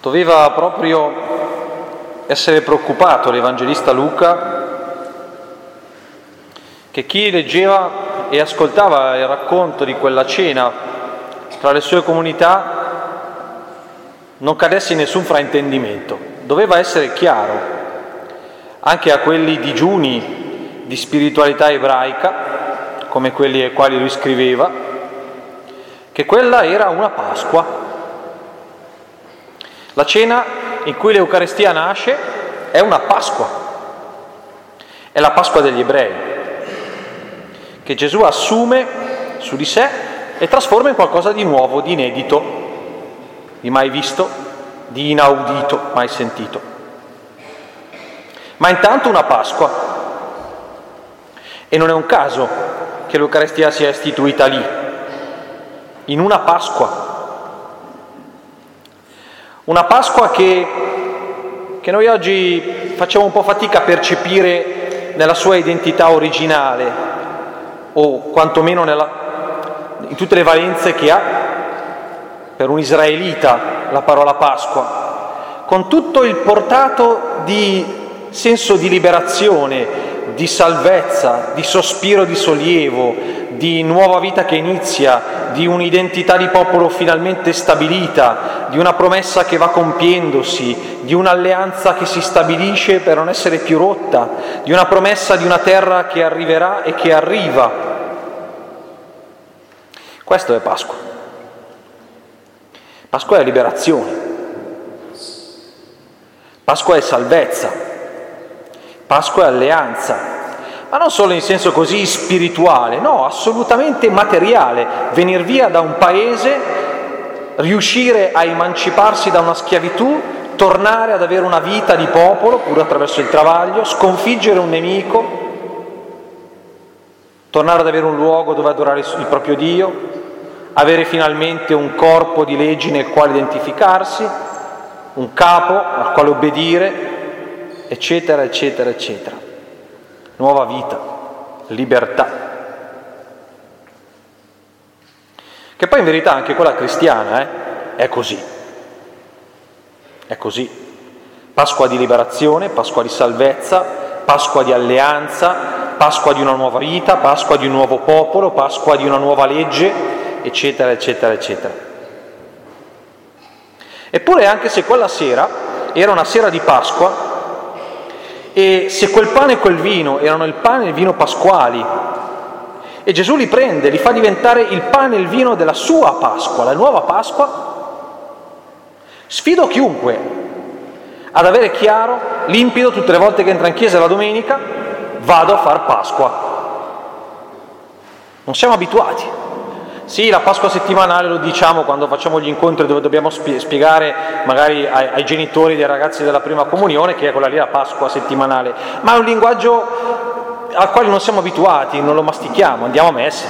Doveva proprio essere preoccupato l'Evangelista Luca che chi leggeva e ascoltava il racconto di quella cena tra le sue comunità non cadesse in nessun fraintendimento. Doveva essere chiaro anche a quelli digiuni di spiritualità ebraica, come quelli ai quali lui scriveva, che quella era una Pasqua. La cena in cui l'Eucaristia nasce è una Pasqua, è la Pasqua degli ebrei, che Gesù assume su di sé e trasforma in qualcosa di nuovo, di inedito, di mai visto, di inaudito, mai sentito. Ma intanto una Pasqua. E non è un caso che l'Eucaristia sia istituita lì, in una Pasqua. Una Pasqua che noi oggi facciamo un po' fatica a percepire nella sua identità originale, o quantomeno in tutte le valenze che ha per un israelita la parola Pasqua, con tutto il portato di senso di liberazione, di salvezza, di sospiro di sollievo, di nuova vita che inizia, di un'identità di popolo finalmente stabilita, di una promessa che va compiendosi, di un'alleanza che si stabilisce per non essere più rotta, di una promessa di una terra che arriverà e che arriva. Questo è Pasqua. Pasqua è liberazione. Pasqua è salvezza. Pasqua è alleanza, ma non solo in senso così spirituale, no, assolutamente materiale. Venir via da un paese, riuscire a emanciparsi da una schiavitù, tornare ad avere una vita di popolo, pure attraverso il travaglio, sconfiggere un nemico, tornare ad avere un luogo dove adorare il proprio Dio, avere finalmente un corpo di leggi nel quale identificarsi, un capo al quale obbedire, eccetera, eccetera, eccetera. Nuova vita, libertà. Che poi in verità anche quella cristiana è così. È così. Pasqua di liberazione, Pasqua di salvezza, Pasqua di alleanza, Pasqua di una nuova vita, Pasqua di un nuovo popolo, Pasqua di una nuova legge, eccetera, eccetera, eccetera. Eppure anche se quella sera era una sera di Pasqua, e se quel pane e quel vino erano il pane e il vino pasquali, e Gesù li prende, li fa diventare il pane e il vino della sua Pasqua, la nuova Pasqua, sfido chiunque ad avere chiaro, limpido, tutte le volte che entra in chiesa la domenica, vado a far Pasqua. Non siamo abituati. Sì, la Pasqua settimanale lo diciamo quando facciamo gli incontri dove dobbiamo spiegare magari ai genitori dei ragazzi della prima comunione che è quella lì la Pasqua settimanale, ma è un linguaggio al quale non siamo abituati, non lo mastichiamo, andiamo a messa.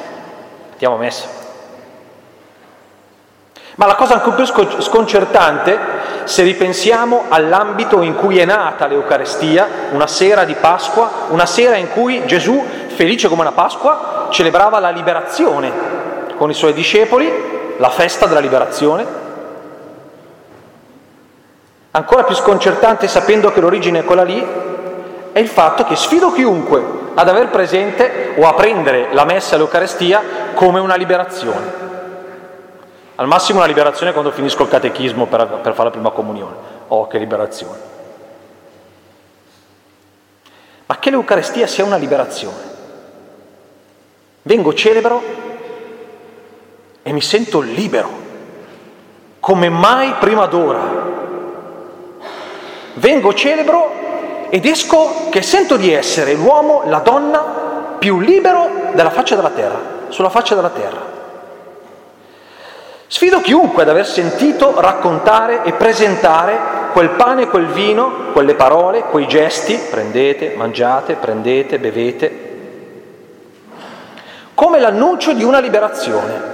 Ma la cosa ancora più sconcertante, se ripensiamo all'ambito in cui è nata l'Eucaristia, una sera di Pasqua, una sera in cui Gesù, felice come una Pasqua, celebrava la liberazione con i suoi discepoli, la festa della liberazione. Ancora più sconcertante, sapendo che l'origine è quella lì, è il fatto che sfido chiunque ad aver presente o a prendere la messa e l'Eucaristia come una liberazione. Al massimo una liberazione quando finisco il catechismo per fare la prima comunione. Oh, che liberazione! Ma che l'Eucaristia sia una liberazione. Vengo, celebro e mi sento libero, come mai prima d'ora. Vengo, celebro ed esco che sento di essere l'uomo, la donna più libero della faccia della terra, sulla faccia della terra. Sfido chiunque ad aver sentito raccontare e presentare quel pane e quel vino, quelle parole, quei gesti, prendete, mangiate, prendete, bevete, come l'annuncio di una liberazione.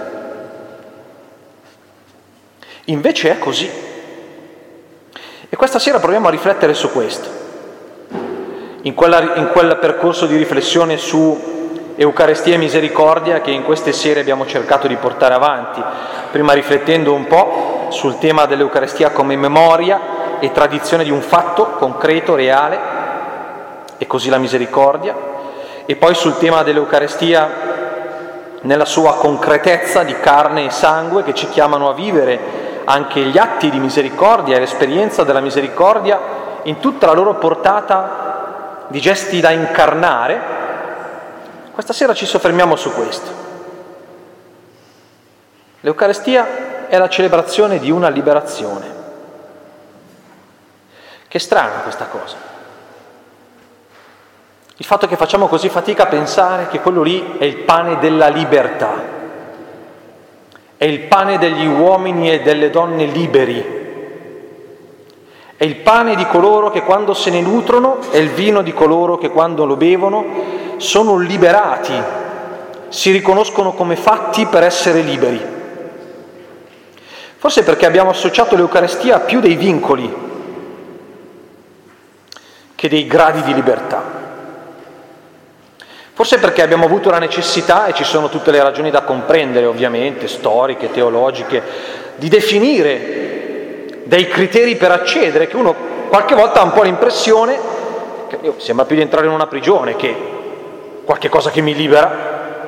Invece è così. E questa sera proviamo a riflettere su questo. In quel percorso di riflessione su Eucaristia e misericordia che in queste sere abbiamo cercato di portare avanti, prima riflettendo un po' sul tema dell'Eucarestia come memoria e tradizione di un fatto concreto, reale, e così la misericordia, e poi sul tema dell'Eucarestia nella sua concretezza di carne e sangue, che ci chiamano a vivere anche gli atti di misericordia e l'esperienza della misericordia in tutta la loro portata di gesti da incarnare. Questa sera ci soffermiamo su questo. L'Eucarestia è la celebrazione di una liberazione. Che strana questa cosa. Il fatto che facciamo così fatica a pensare che quello lì è il pane della libertà, è il pane degli uomini e delle donne liberi, è il pane di coloro che quando se ne nutrono, è il vino di coloro che quando lo bevono sono liberati, si riconoscono come fatti per essere liberi. Forse perché abbiamo associato l'Eucarestia a più dei vincoli che dei gradi di libertà. Forse perché abbiamo avuto la necessità, e ci sono tutte le ragioni da comprendere ovviamente, storiche, teologiche, di definire dei criteri per accedere, che uno qualche volta ha un po' l'impressione che sembra più di entrare in una prigione che qualche cosa che mi libera.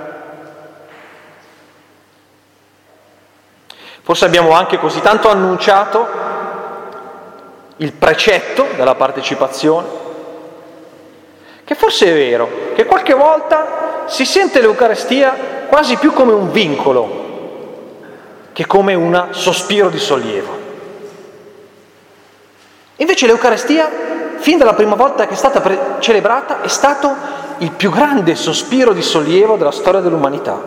Forse abbiamo anche così tanto annunciato il precetto della partecipazione, che forse è vero, che qualche volta si sente l'Eucarestia quasi più come un vincolo che come un sospiro di sollievo. Invece l'Eucarestia, fin dalla prima volta che è stata celebrata, è stato il più grande sospiro di sollievo della storia dell'umanità.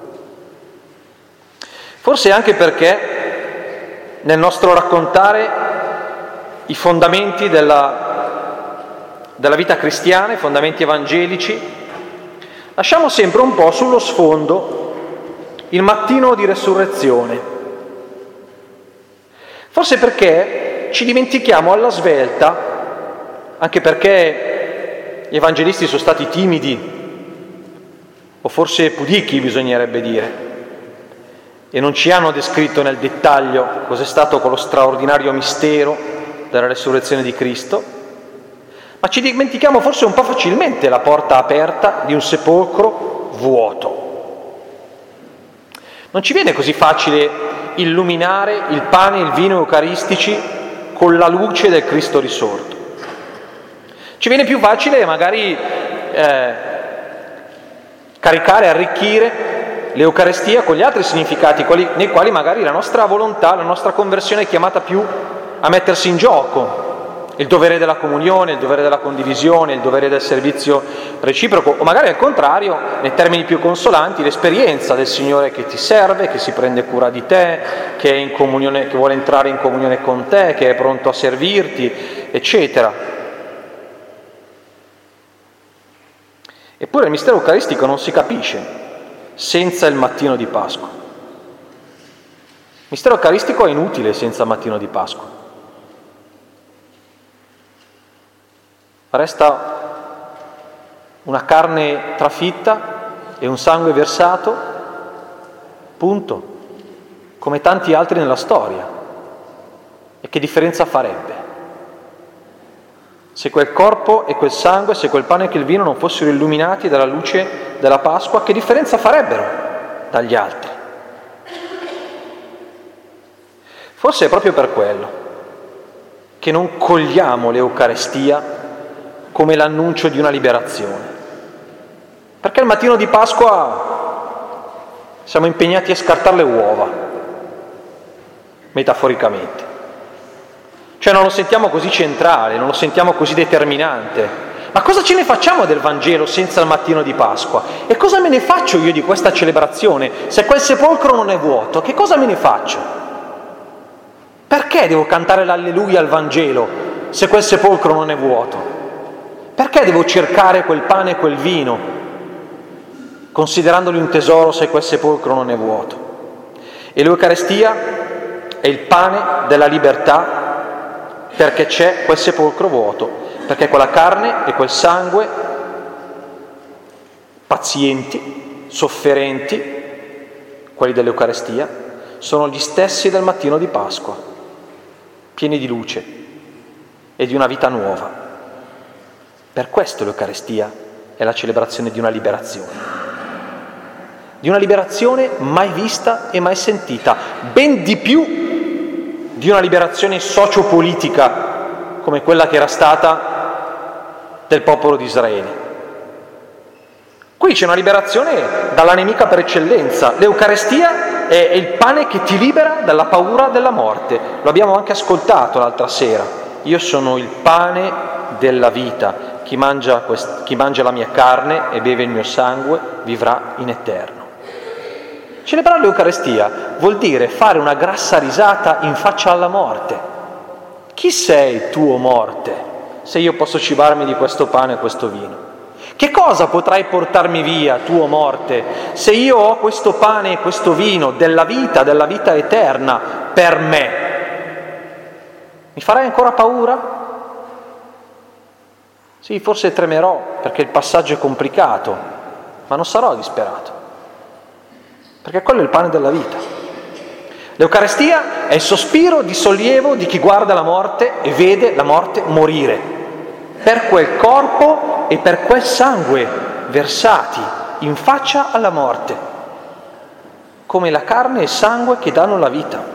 Forse anche perché nel nostro raccontare i fondamenti della vita cristiana, i fondamenti evangelici, lasciamo sempre un po' sullo sfondo il mattino di resurrezione. Forse perché ci dimentichiamo alla svelta, anche perché gli evangelisti sono stati timidi, o forse pudichi bisognerebbe dire, e non ci hanno descritto nel dettaglio cos'è stato quello straordinario mistero della resurrezione di Cristo, ma ci dimentichiamo forse un po' facilmente la porta aperta di un sepolcro vuoto. Non ci viene così facile illuminare il pane e il vino eucaristici con la luce del Cristo risorto. Ci viene più facile magari caricare, arricchire l'Eucarestia con gli altri significati, nei quali magari la nostra volontà, la nostra conversione è chiamata più a mettersi in gioco. Il dovere della comunione, il dovere della condivisione, il dovere del servizio reciproco, o magari al contrario, nei termini più consolanti, l'esperienza del Signore che ti serve, che si prende cura di te, che è in comunione, che vuole entrare in comunione con te, che è pronto a servirti, eccetera. Eppure il mistero eucaristico non si capisce senza il mattino di Pasqua. Il mistero eucaristico è inutile senza il mattino di Pasqua. Resta una carne trafitta e un sangue versato, punto, come tanti altri nella storia. E che differenza farebbe? Se quel corpo e quel sangue, se quel pane e quel vino non fossero illuminati dalla luce della Pasqua, che differenza farebbero dagli altri? Forse è proprio per quello che non cogliamo l'Eucarestia come l'annuncio di una liberazione. Perché il mattino di Pasqua siamo impegnati a scartare le uova, metaforicamente. Cioè non lo sentiamo così centrale, non lo sentiamo così determinante. Ma cosa ce ne facciamo del Vangelo senza il mattino di Pasqua? E cosa me ne faccio io di questa celebrazione se quel sepolcro non è vuoto? Che cosa me ne faccio? Perché devo cantare l'alleluia al Vangelo se quel sepolcro non è vuoto? Perché devo cercare quel pane e quel vino, considerandoli un tesoro se quel sepolcro non è vuoto? E l'Eucarestia è il pane della libertà, perché c'è quel sepolcro vuoto, perché quella carne e quel sangue, pazienti, sofferenti, quelli dell'Eucarestia, sono gli stessi del mattino di Pasqua, pieni di luce e di una vita nuova. Per questo l'Eucaristia è la celebrazione di una liberazione mai vista e mai sentita, ben di più di una liberazione sociopolitica come quella che era stata del popolo di Israele. Qui c'è una liberazione dalla nemica per eccellenza. L'Eucaristia è il pane che ti libera dalla paura della morte. Lo abbiamo anche ascoltato l'altra sera. Io sono il pane della vita. Chi mangia la mia carne e beve il mio sangue vivrà in eterno. Celebrare l'Eucaristia vuol dire fare una grassa risata in faccia alla morte. Chi sei tu, o morte, se io posso cibarmi di questo pane e questo vino? Che cosa potrai portarmi via, tu, o morte, se io ho questo pane e questo vino della vita eterna per me? Mi farai ancora paura? Sì, forse tremerò perché il passaggio è complicato, ma non sarò disperato, perché quello è il pane della vita. L'Eucaristia è il sospiro di sollievo di chi guarda la morte e vede la morte morire, per quel corpo e per quel sangue versati in faccia alla morte, come la carne e il sangue che danno la vita.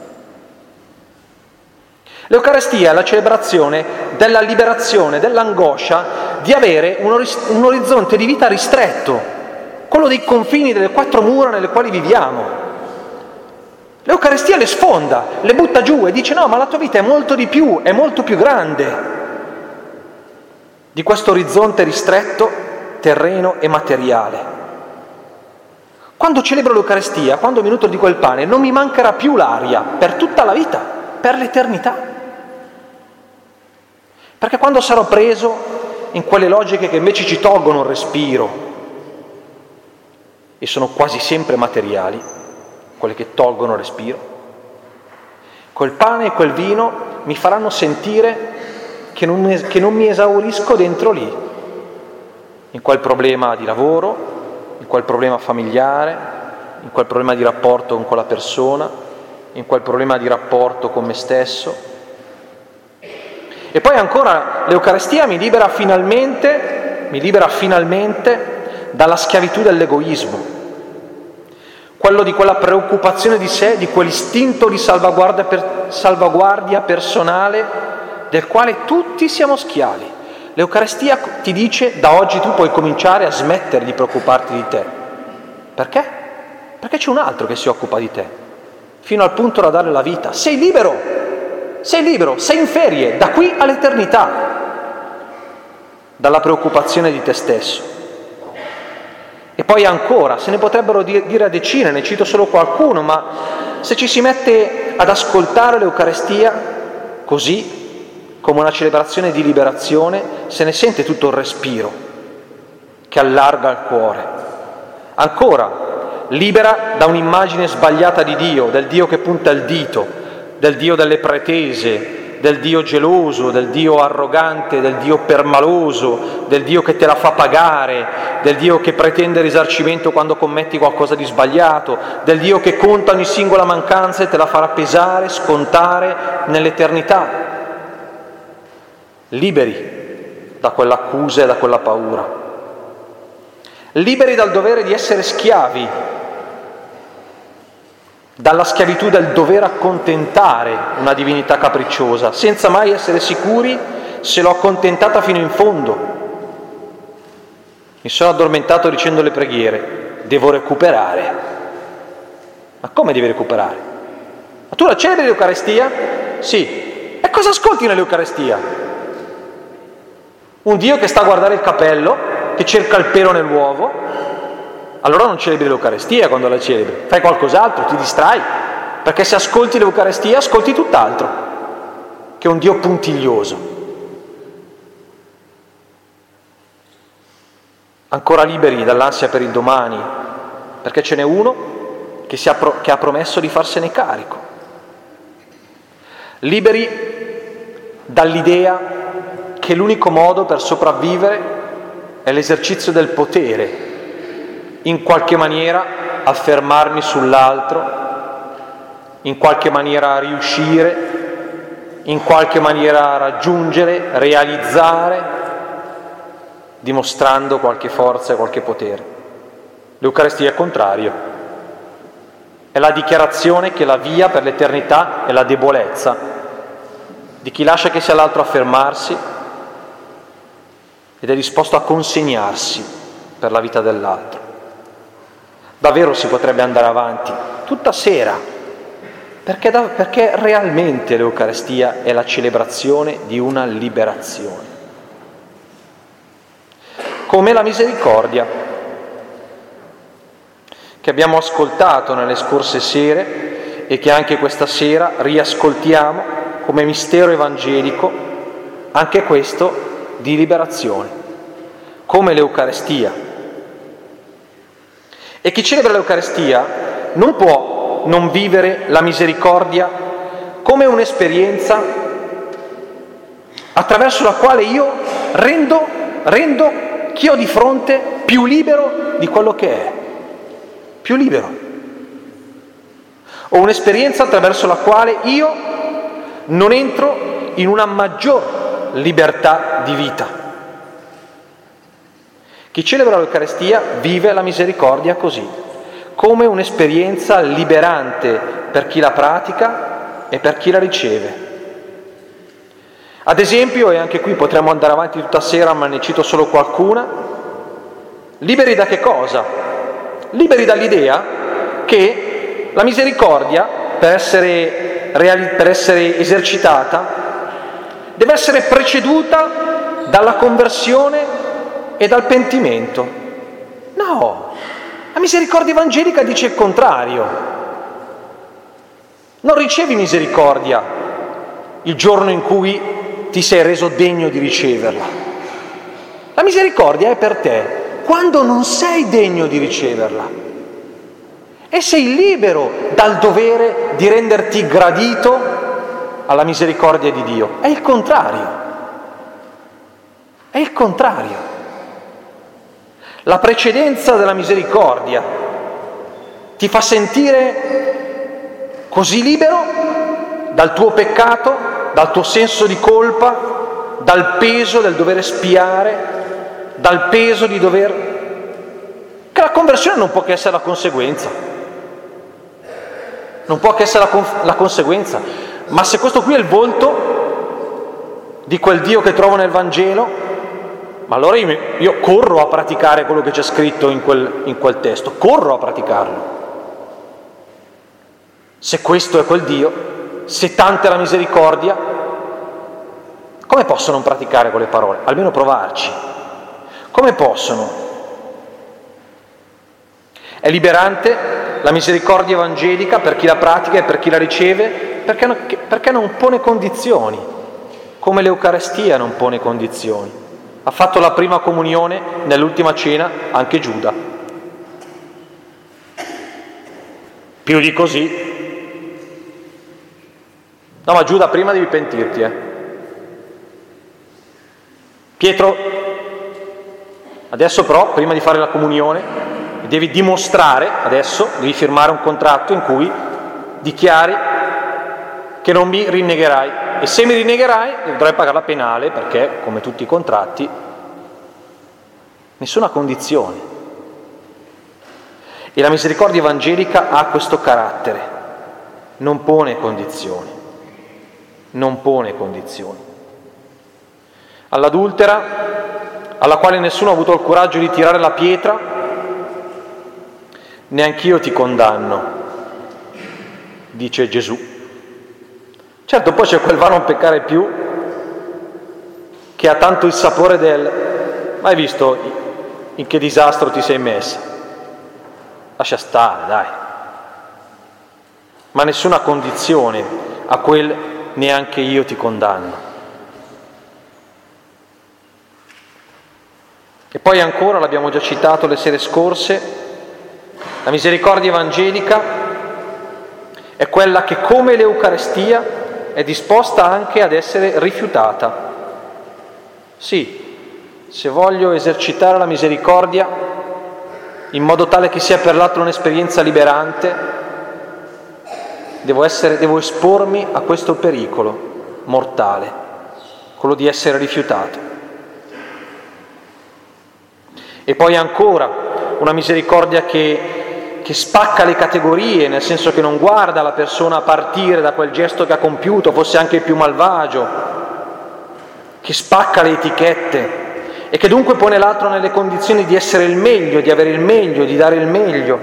L'Eucaristia è la celebrazione della liberazione, dell'angoscia di avere un orizzonte di vita ristretto, quello dei confini delle quattro mura nelle quali viviamo. L'Eucaristia le sfonda, le butta giù e dice: no, ma la tua vita è molto di più, è molto più grande di questo orizzonte ristretto, terreno e materiale. Quando celebro l'Eucaristia, quando mi nutro di quel pane, non mi mancherà più l'aria per tutta la vita, per l'eternità. Perché quando sarò preso in quelle logiche che invece ci tolgono il respiro, e sono quasi sempre materiali, quelle che tolgono il respiro, quel pane e quel vino mi faranno sentire che non mi esaurisco dentro lì, in quel problema di lavoro, in quel problema familiare, in quel problema di rapporto con quella persona, in quel problema di rapporto con me stesso. E poi ancora l'Eucaristia mi libera finalmente dalla schiavitù dell'egoismo, quello di quella preoccupazione di sé, di quell'istinto di salvaguardia personale del quale tutti siamo schiavi. L'Eucaristia ti dice: da oggi tu puoi cominciare a smettere di preoccuparti di te. Perché? Perché c'è un altro che si occupa di te, fino al punto da dare la vita. Sei libero, sei in ferie, da qui all'eternità, dalla preoccupazione di te stesso. E poi ancora, se ne potrebbero dire a decine, ne cito solo qualcuno, ma se ci si mette ad ascoltare l'Eucaristia così, come una celebrazione di liberazione, se ne sente tutto il respiro che allarga il cuore. Ancora, libera da un'immagine sbagliata di Dio, del Dio che punta il dito, del Dio delle pretese, del Dio geloso, del Dio arrogante, del Dio permaloso, del Dio che te la fa pagare, del Dio che pretende risarcimento quando commetti qualcosa di sbagliato, del Dio che conta ogni singola mancanza e te la farà pesare, scontare nell'eternità. Liberi da quell'accusa e da quella paura. Liberi dal dovere di essere schiavi, dalla schiavitù del dover accontentare una divinità capricciosa, senza mai essere sicuri se l'ho accontentata fino in fondo. Mi sono addormentato dicendo le preghiere, devo recuperare. Ma come devi recuperare? Ma tu la celebri l'Eucaristia? Sì. E cosa ascolti nell'Eucaristia? Un Dio che sta a guardare il capello, che cerca il pelo nell'uovo? Allora non celebri l'Eucaristia quando la celebri, fai qualcos'altro, ti distrai, perché se ascolti l'Eucaristia ascolti tutt'altro che un Dio puntiglioso. Ancora liberi dall'ansia per il domani, perché ce n'è uno che ha promesso di farsene carico. Liberi dall'idea che l'unico modo per sopravvivere è l'esercizio del potere, in qualche maniera affermarmi sull'altro, in qualche maniera riuscire, in qualche maniera raggiungere, realizzare, dimostrando qualche forza e qualche potere. L'Eucaristia è il contrario. È la dichiarazione che la via per l'eternità è la debolezza di chi lascia che sia l'altro a fermarsi ed è disposto a consegnarsi per la vita dell'altro. Davvero si potrebbe andare avanti tutta sera, perché realmente l'Eucaristia è la celebrazione di una liberazione. Come la misericordia, che abbiamo ascoltato nelle scorse sere e che anche questa sera riascoltiamo come mistero evangelico, anche questo di liberazione, come l'Eucaristia. E chi celebra l'Eucaristia non può non vivere la misericordia come un'esperienza attraverso la quale io rendo chi ho di fronte più libero di quello che è, più libero. O un'esperienza attraverso la quale io non entro in una maggior libertà di vita. Chi celebra l'Eucaristia vive la misericordia così, come un'esperienza liberante per chi la pratica e per chi la riceve. Ad esempio, e anche qui potremmo andare avanti tutta sera, ma ne cito solo qualcuna, liberi da che cosa? Liberi dall'idea che la misericordia, per essere esercitata, deve essere preceduta dalla conversione e dal pentimento. No, la misericordia evangelica dice il contrario. Non ricevi misericordia il giorno in cui ti sei reso degno di riceverla. La misericordia è per te quando non sei degno di riceverla e sei libero dal dovere di renderti gradito alla misericordia di Dio. È il contrario. È il contrario. La precedenza della misericordia ti fa sentire così libero dal tuo peccato, dal tuo senso di colpa, dal peso del dover espiare, dal peso di dover... che la conversione non può che essere la conseguenza. Non può che essere la conseguenza. Ma se questo qui è il volto di quel Dio che trovo nel Vangelo, ma allora io corro a praticare quello che c'è scritto in quel testo, corro a praticarlo. Se questo è quel Dio, se tanta è la misericordia, come posso non praticare quelle parole? Almeno provarci. Come possono? È liberante la misericordia evangelica per chi la pratica e per chi la riceve, perché non pone condizioni, come l'Eucaristia non pone condizioni. Ha fatto la prima comunione nell'ultima cena anche Giuda. Più di così. No, ma Giuda, prima devi pentirti, Pietro, adesso però, prima di fare la comunione, devi dimostrare, adesso, devi firmare un contratto in cui dichiari che non mi rinnegherai, e se mi rinnegherai dovrai pagare la penale, perché, come tutti i contratti, nessuna condizione. E la misericordia evangelica ha questo carattere, non pone condizioni, non pone condizioni. All'adultera, alla quale nessuno ha avuto il coraggio di tirare la pietra, neanch'io ti condanno, dice Gesù. Certo, poi c'è quel va a non peccare più, che ha tanto il sapore del ma hai visto in che disastro ti sei messa? Lascia stare, dai. Ma nessuna condizione a quel neanche io ti condanno. E poi ancora, l'abbiamo già citato le sere scorse, la misericordia evangelica è quella che, come l'Eucaristia, è disposta anche ad essere rifiutata. Sì, se voglio esercitare la misericordia in modo tale che sia per l'altro un'esperienza liberante, devo espormi a questo pericolo mortale, quello di essere rifiutato. E poi ancora una misericordia che spacca le categorie, nel senso che non guarda la persona a partire da quel gesto che ha compiuto, fosse anche il più malvagio, che spacca le etichette e che dunque pone l'altro nelle condizioni di essere il meglio, di avere il meglio, di dare il meglio.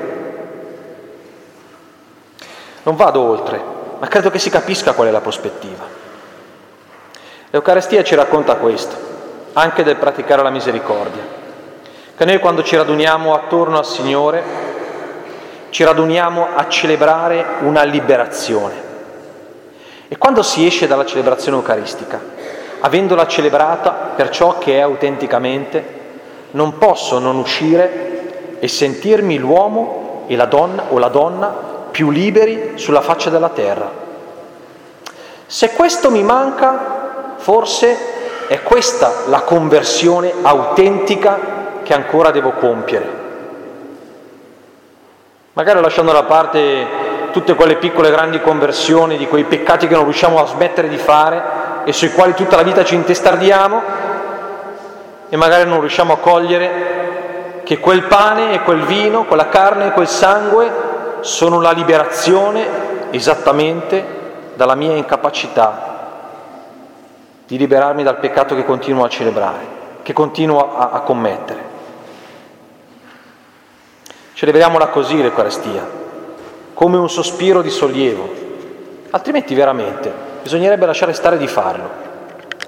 Non vado oltre, ma credo che si capisca qual è la prospettiva. L'Eucaristia ci racconta questo, anche del praticare la misericordia, che noi quando ci raduniamo attorno al Signore, ci raduniamo a celebrare una liberazione. E quando si esce dalla celebrazione eucaristica, avendola celebrata per ciò che è autenticamente, non posso non uscire e sentirmi l'uomo e la donna più liberi sulla faccia della terra. Se questo mi manca, forse è questa la conversione autentica che ancora devo compiere. Magari lasciando da parte tutte quelle piccole grandi conversioni di quei peccati che non riusciamo a smettere di fare e sui quali tutta la vita ci intestardiamo, e magari non riusciamo a cogliere che quel pane e quel vino, quella carne e quel sangue sono la liberazione esattamente dalla mia incapacità di liberarmi dal peccato che continuo a celebrare, che continuo a commettere. Celebriamola così l'Eucaristia, come un sospiro di sollievo, altrimenti veramente bisognerebbe lasciare stare di farlo.